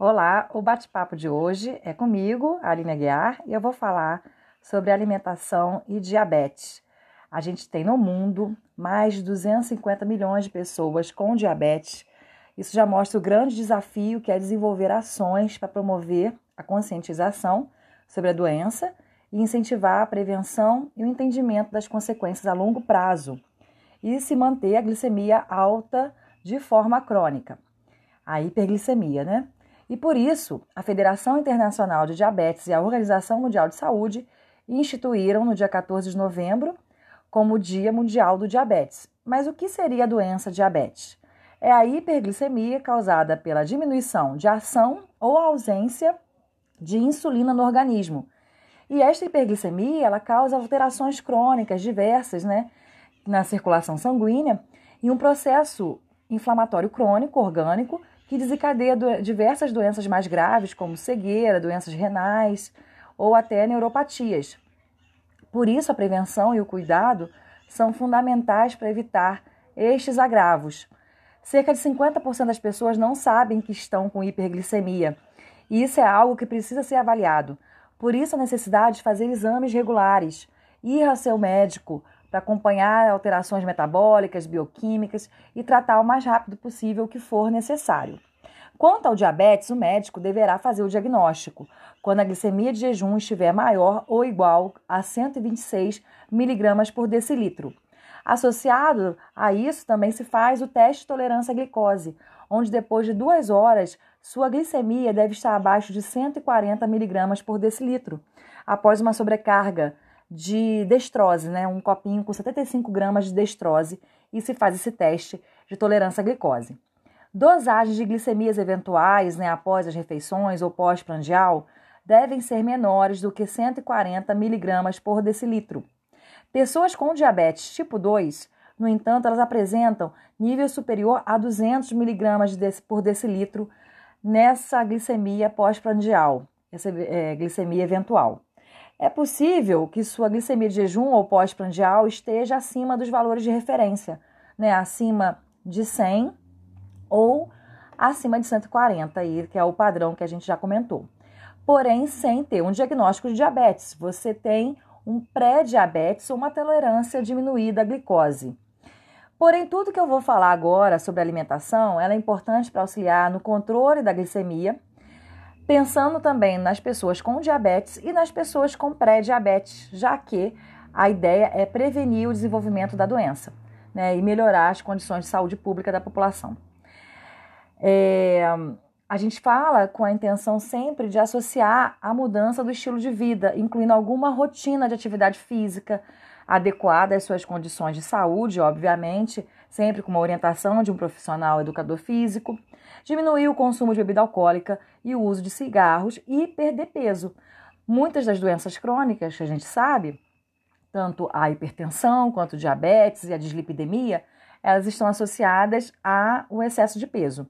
Olá, o bate-papo de hoje é comigo, Aline Aguiar, e eu vou falar sobre alimentação e diabetes. A gente tem no mundo mais de 250 milhões de pessoas com diabetes. Isso já mostra o grande desafio que é desenvolver ações para promover a conscientização sobre a doença e incentivar a prevenção e o entendimento das consequências a longo prazo e se manter a glicemia alta de forma crônica, a hiperglicemia, né? E por isso, a Federação Internacional de Diabetes e a Organização Mundial de Saúde instituíram no dia 14 de novembro como o Dia Mundial do Diabetes. Mas o que seria a doença diabetes? É a hiperglicemia causada pela diminuição de ação ou ausência de insulina no organismo. E esta hiperglicemia, ela causa alterações crônicas diversas, né, na circulação sanguínea e um processo inflamatório crônico, orgânico, que desencadeia diversas doenças mais graves, como cegueira, doenças renais ou até neuropatias. Por isso, a prevenção e o cuidado são fundamentais para evitar estes agravos. Cerca de 50% das pessoas não sabem que estão com hiperglicemia, e isso é algo que precisa ser avaliado. Por isso, a necessidade de fazer exames regulares, ir ao seu médico para acompanhar alterações metabólicas, bioquímicas e tratar o mais rápido possível o que for necessário. Quanto ao diabetes, o médico deverá fazer o diagnóstico quando a glicemia de jejum estiver maior ou igual a 126 miligramas por decilitro. Associado a isso, também se faz o teste de tolerância à glicose, onde depois de 2 horas, sua glicemia deve estar abaixo de 140 miligramas por decilitro, após uma sobrecarga de destrose, né? Um copinho com 75 gramas de destrose, e se faz esse teste de tolerância à glicose. Dosagens de glicemias eventuais, né, após as refeições ou pós-prandial devem ser menores do que 140 miligramas por decilitro. Pessoas com diabetes tipo 2, no entanto, elas apresentam nível superior a 200 miligramas por decilitro nessa glicemia pós-prandial, essa glicemia eventual. É possível que sua glicemia de jejum ou pós-prandial esteja acima dos valores de referência, né? Acima de 100 ou acima de 140, que é o padrão que a gente já comentou. Porém, sem ter um diagnóstico de diabetes, você tem um pré-diabetes ou uma tolerância diminuída à glicose. Porém, tudo que eu vou falar agora sobre alimentação, ela é importante para auxiliar no controle da glicemia, pensando também nas pessoas com diabetes e nas pessoas com pré-diabetes, já que a ideia é prevenir o desenvolvimento da doença, né, e melhorar as condições de saúde pública da população. A gente fala com a intenção sempre de associar a mudança do estilo de vida, incluindo alguma rotina de atividade física adequada às suas condições de saúde, obviamente, sempre com uma orientação de um profissional educador físico, diminuir o consumo de bebida alcoólica e o uso de cigarros e perder peso. Muitas das doenças crônicas que a gente sabe, tanto a hipertensão quanto o diabetes e a dislipidemia, elas estão associadas ao excesso de peso.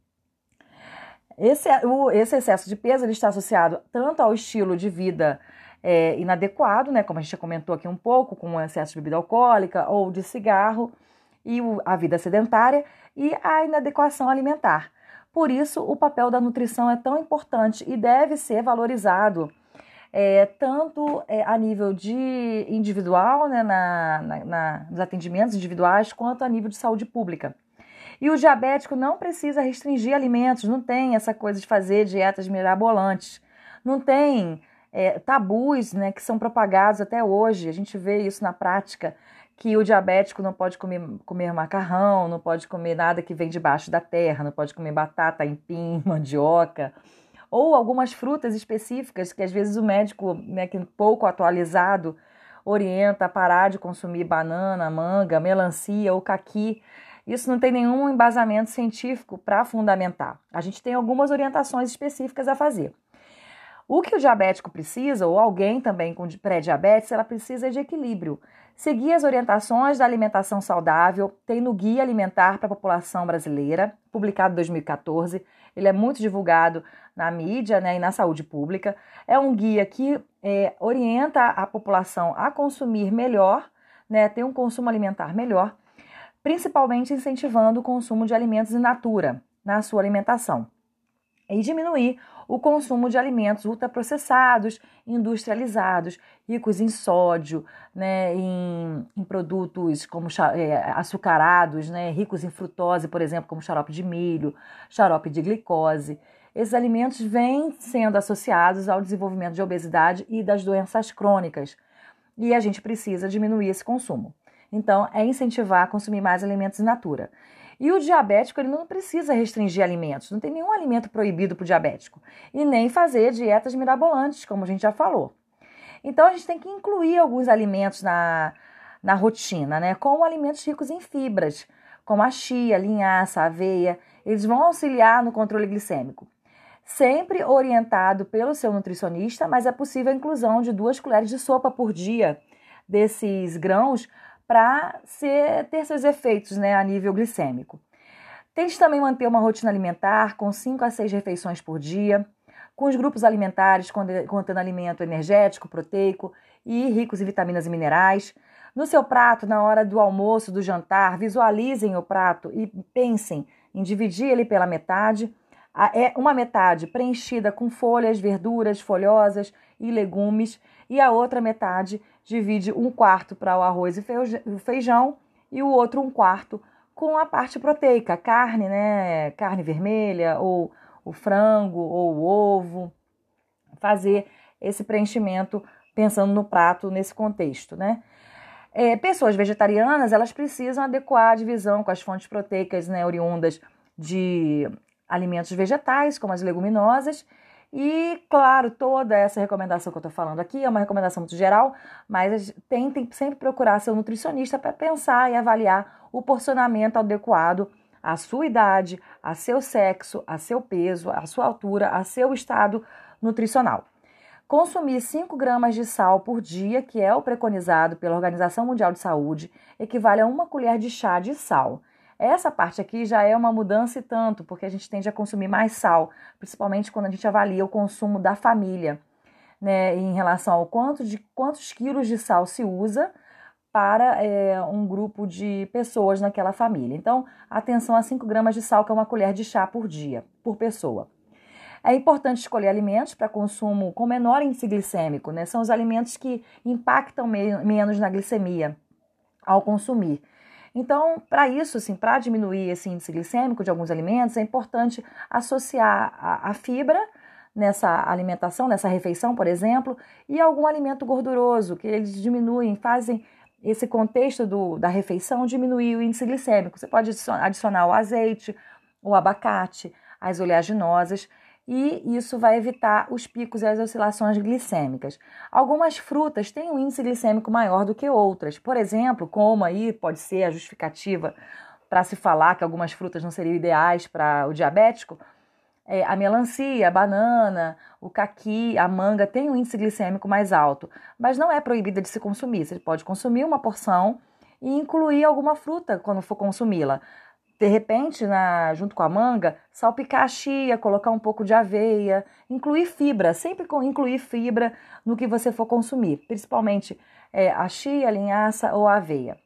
Esse excesso de peso ele está associado tanto ao estilo de vida inadequado, né, como a gente já comentou aqui um pouco, com o excesso de bebida alcoólica ou de cigarro, e a vida sedentária e a inadequação alimentar. Por isso, o papel da nutrição é tão importante e deve ser valorizado tanto a nível de individual, né, nos atendimentos individuais, quanto a nível de saúde pública. E o diabético não precisa restringir alimentos, não tem essa coisa de fazer dietas mirabolantes, não tem tabus, né, que são propagados até hoje. A gente vê isso na prática, que o diabético não pode comer macarrão, não pode comer nada que vem debaixo da terra, não pode comer batata, aipim, mandioca, ou algumas frutas específicas que às vezes o médico, né, que é pouco atualizado, orienta a parar de consumir banana, manga, melancia ou caqui. Isso não tem nenhum embasamento científico para fundamentar. A gente tem algumas orientações específicas a fazer. O que o diabético precisa, ou alguém também com pré-diabetes, ela precisa de equilíbrio. Seguir as orientações da alimentação saudável, tem no Guia Alimentar para a População Brasileira, publicado em 2014. Ele é muito divulgado na mídia, né, e na saúde pública. É um guia que orienta a população a consumir melhor, né, ter um consumo alimentar melhor, principalmente incentivando o consumo de alimentos in natura na sua alimentação. e diminuir o consumo de alimentos ultraprocessados, industrializados, ricos em sódio, né, em produtos como açucarados, né, ricos em frutose, por exemplo, como xarope de milho, xarope de glicose. Esses alimentos vêm sendo associados ao desenvolvimento de obesidade e das doenças crônicas, e a gente precisa diminuir esse consumo. Então, é incentivar a consumir mais alimentos in natura. E o diabético, ele não precisa restringir alimentos, não tem nenhum alimento proibido para o diabético. E nem fazer dietas mirabolantes, como a gente já falou. Então, a gente tem que incluir alguns alimentos na rotina, né? Como alimentos ricos em fibras, como a chia, a linhaça, a aveia. Eles vão auxiliar no controle glicêmico. Sempre orientado pelo seu nutricionista, mas é possível a inclusão de 2 colheres de sopa por dia desses grãos para ter seus efeitos, né, a nível glicêmico. Tente também manter uma rotina alimentar com 5 a 6 refeições por dia, com os grupos alimentares contendo alimento energético, proteico e ricos em vitaminas e minerais. No seu prato, na hora do almoço, do jantar, visualizem o prato e pensem em dividir ele pela metade. Uma metade preenchida com folhas, verduras folhosas e legumes, e a outra metade divide 1/4 para o arroz e o feijão e o outro 1/4 com a parte proteica, carne, né? Carne vermelha, ou o frango, ou o ovo. Fazer esse preenchimento pensando no prato nesse contexto, né? Pessoas vegetarianas, elas precisam adequar a divisão com as fontes proteicas, né, oriundas de alimentos vegetais, como as leguminosas. E, claro, toda essa recomendação que eu estou falando aqui é uma recomendação muito geral, mas tentem sempre procurar seu nutricionista para pensar e avaliar o porcionamento adequado à sua idade, a seu sexo, a seu peso, a sua altura, a seu estado nutricional. Consumir 5 gramas de sal por dia, que é o preconizado pela Organização Mundial de Saúde, equivale a 1 colher de chá de sal. Essa parte aqui já é uma mudança e tanto, porque a gente tende a consumir mais sal, principalmente quando a gente avalia o consumo da família, né, em relação ao quantos quilos de sal se usa para um grupo de pessoas naquela família. Então, atenção a 5 gramas de sal, que é 1 colher de chá por dia, por pessoa. É importante escolher alimentos para consumo com menor índice glicêmico, né? São os alimentos que impactam menos na glicemia ao consumir. Então, para isso, assim, para diminuir esse índice glicêmico de alguns alimentos, é importante associar a fibra nessa alimentação, nessa refeição, por exemplo, e algum alimento gorduroso, que eles diminuem, fazem esse contexto da refeição diminuir o índice glicêmico. Você pode adicionar o azeite, o abacate, as oleaginosas, e isso vai evitar os picos e as oscilações glicêmicas. Algumas frutas têm um índice glicêmico maior do que outras. Por exemplo, como aí pode ser a justificativa para se falar que algumas frutas não seriam ideais para o diabético, a melancia, a banana, o caqui, a manga tem um índice glicêmico mais alto, mas não é proibida de se consumir. Você pode consumir uma porção e incluir alguma fruta quando for consumi-la. De repente, junto com a manga, salpicar a chia, colocar um pouco de aveia, incluir fibra, sempre incluir fibra no que você for consumir, principalmente a chia, a linhaça ou a aveia.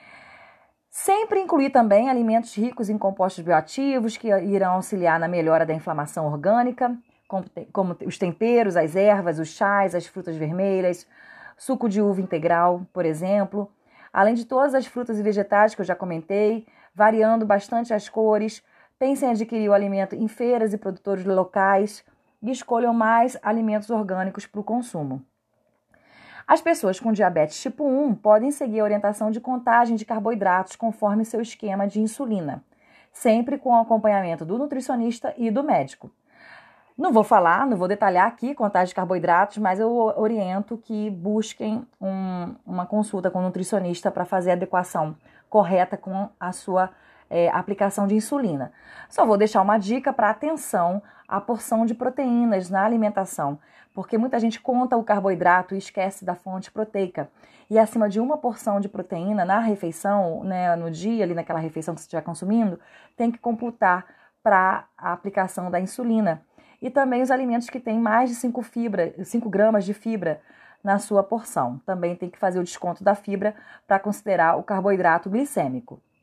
Sempre incluir também alimentos ricos em compostos bioativos que irão auxiliar na melhora da inflamação orgânica, como os temperos, as ervas, os chás, as frutas vermelhas, suco de uva integral, por exemplo. Além de todas as frutas e vegetais que eu já comentei, variando bastante as cores, pensem em adquirir o alimento em feiras e produtores locais e escolham mais alimentos orgânicos para o consumo. As pessoas com diabetes tipo 1 podem seguir a orientação de contagem de carboidratos conforme seu esquema de insulina, sempre com o acompanhamento do nutricionista e do médico. Não vou detalhar aqui contagem de carboidratos, mas eu oriento que busquem uma consulta com o nutricionista para fazer a adequação correta com a sua aplicação de insulina. Só vou deixar uma dica para atenção à porção de proteínas na alimentação, porque muita gente conta o carboidrato e esquece da fonte proteica. E acima de uma porção de proteína na refeição, né, no dia, ali naquela refeição que você estiver consumindo, tem que computar para a aplicação da insulina. E também os alimentos que têm mais de 5 gramas de fibra na sua porção. Também tem que fazer o desconto da fibra para considerar o carboidrato glicêmico.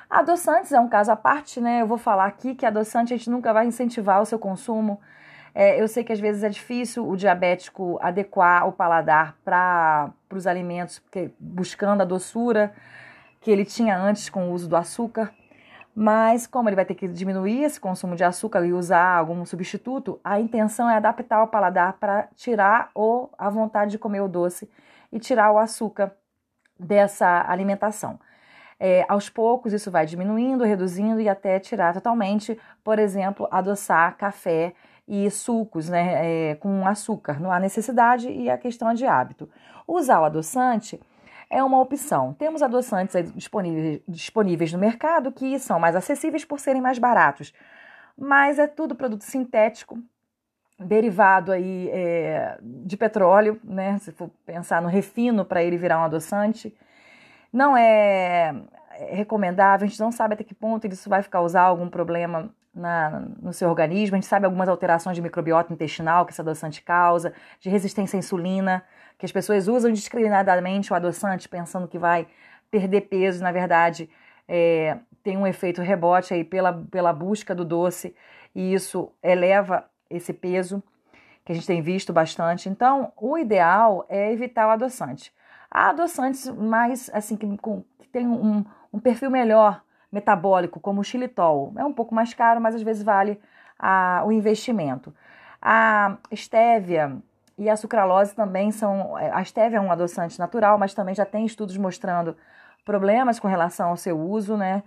Adoçantes é um caso à parte, né? Eu vou falar aqui que adoçante a gente nunca vai incentivar o seu consumo. Eu sei que às vezes é difícil o diabético adequar o paladar para os alimentos, porque, buscando a doçura que ele tinha antes com o uso do açúcar. Mas como ele vai ter que diminuir esse consumo de açúcar e usar algum substituto, a intenção é adaptar o paladar para tirar a vontade de comer o doce e tirar o açúcar dessa alimentação. Aos poucos isso vai diminuindo, reduzindo e até tirar totalmente, por exemplo, adoçar café e sucos, né, com açúcar. Não há necessidade e a questão é de hábito. Usar o adoçante é uma opção. Temos adoçantes disponíveis no mercado que são mais acessíveis por serem mais baratos, mas é tudo produto sintético, derivado aí de petróleo, né? Se for pensar no refino para ele virar um adoçante. Não é recomendável, a gente não sabe até que ponto isso vai causar algum problema no seu organismo. A gente sabe algumas alterações de microbiota intestinal que esse adoçante causa, de resistência à insulina, que as pessoas usam indiscriminadamente o adoçante pensando que vai perder peso, na verdade tem um efeito rebote aí pela busca do doce e isso eleva esse peso que a gente tem visto bastante. Então, o ideal é evitar o adoçante. Há adoçantes mais, assim, que tem um perfil melhor metabólico, como o xilitol. É um pouco mais caro, mas às vezes vale o investimento. A estévia e a sucralose também são... A estévia é um adoçante natural, mas também já tem estudos mostrando problemas com relação ao seu uso, né?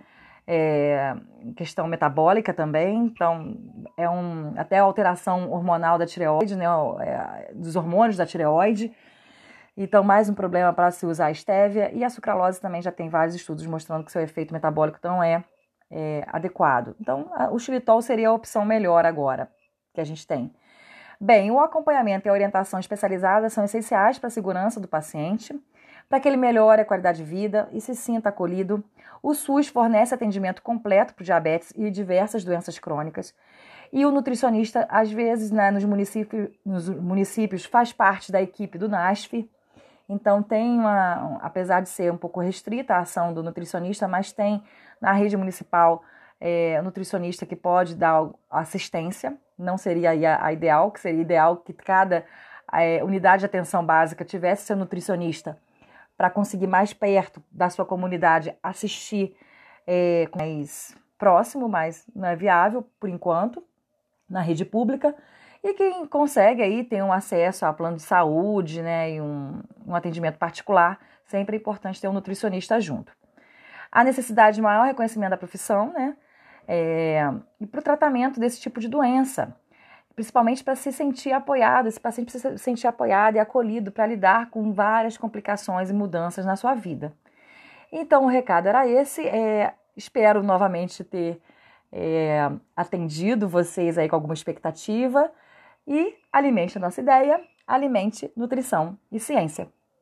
Questão metabólica também, então até a alteração hormonal da tireoide, né? Dos hormônios da tireoide. Então, mais um problema para se usar a estévia. E a sucralose também já tem vários estudos mostrando que seu efeito metabólico não é adequado. Então, o xilitol seria a opção melhor agora que a gente tem. Bem, o acompanhamento e a orientação especializada são essenciais para a segurança do paciente, para que ele melhore a qualidade de vida e se sinta acolhido. O SUS fornece atendimento completo para diabetes e diversas doenças crônicas. E o nutricionista, às vezes, né, nos municípios, faz parte da equipe do NASF. Então, apesar de ser um pouco restrita a ação do nutricionista, mas tem na rede municipal nutricionista que pode dar assistência. Não seria a ideal, que seria ideal que cada unidade de atenção básica tivesse seu nutricionista para conseguir mais perto da sua comunidade assistir mais próximo, mas não é viável por enquanto na rede pública. E quem consegue aí ter um acesso a plano de saúde, né, e um atendimento particular, sempre é importante ter um nutricionista junto. A necessidade de maior reconhecimento da profissão, né, e para o tratamento desse tipo de doença, principalmente para se sentir apoiado, esse paciente precisa se sentir apoiado e acolhido para lidar com várias complicações e mudanças na sua vida. Então o recado era esse, espero novamente ter atendido vocês aí com alguma expectativa e alimente a nossa ideia, alimente nutrição e ciência.